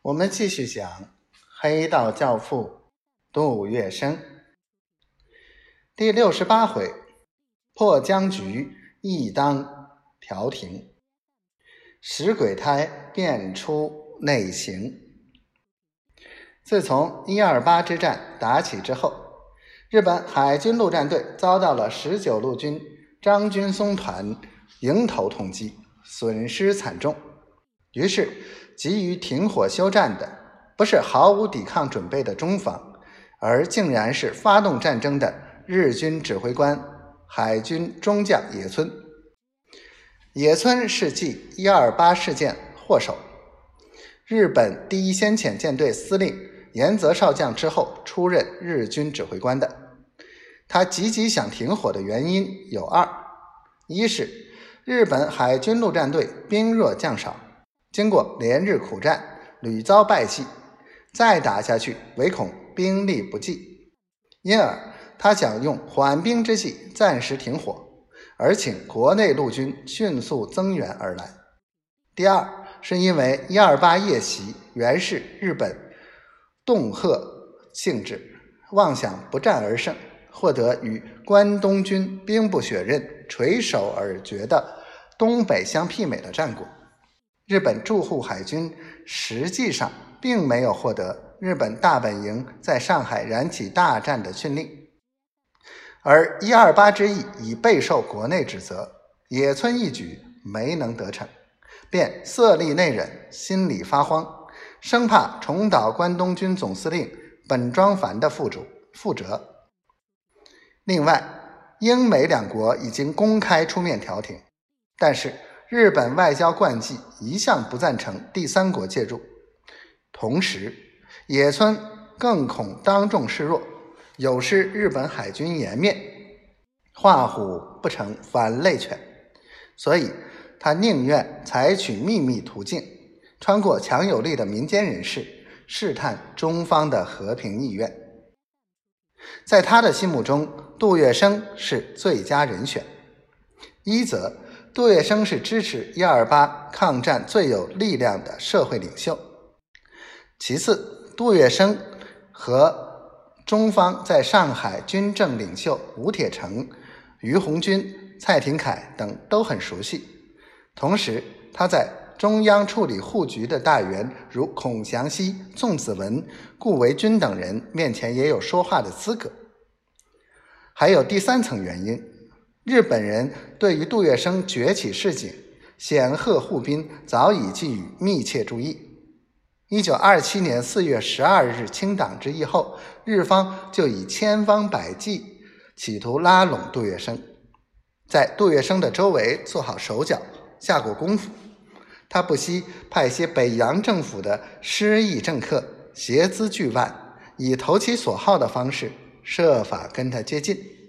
我们继续讲黑道教父杜月笙。第68回，破僵局，一当调停，使鬼胎变出内形。自从128之战打起之后，日本海军陆战队遭到了19路军张君松团迎头痛击，损失惨重。于是急于停火休战的不是毫无抵抗准备的中方，而竟然是发动战争的日军指挥官海军中将野村。野村是继128事件祸首，日本第一先遣舰队司令岩泽少将之后出任日军指挥官的。他积极想停火的原因有二：一是日本海军陆战队兵弱将少，经过连日苦战屡遭败绩，再打下去唯恐兵力不济，因而他想用缓兵之计暂时停火，而请国内陆军迅速增援而来。第二是因为128夜袭原是日本恫吓性质，妄想不战而胜，获得与关东军兵不血刃垂手而决的东北相媲美的战果。日本驻沪海军实际上并没有获得日本大本营在上海燃起大战的训令，而128之役已备受国内指责，野村一举没能得逞，便色厉内荏，心里发慌，生怕重蹈关东军总司令本庄繁的覆辙。另外，英美两国已经公开出面调停，但是日本外交惯技一向不赞成第三国介入，同时野村更恐当众示弱，有失日本海军颜面，画虎不成反类犬，所以他宁愿采取秘密途径，穿过强有力的民间人士，试探中方的和平意愿。在他的心目中，杜月笙是最佳人选。一则杜月笙是支持128抗战最有力量的社会领袖，其次杜月笙和中方在上海军政领袖吴铁城、于鸿钧、蔡廷锴等都很熟悉，同时他在中央处理沪局的大员如孔祥熙、宋子文、顾维钧等人面前也有说话的资格。还有第三层原因，日本人对于杜月笙崛起示警、显赫护宾早已寄予密切注意。1927年4月12日清党之役后，日方就以千方百计企图拉拢杜月笙，在杜月笙的周围做好手脚，下过功夫。他不惜派些北洋政府的失意政客携资巨万，以投其所好的方式设法跟他接近。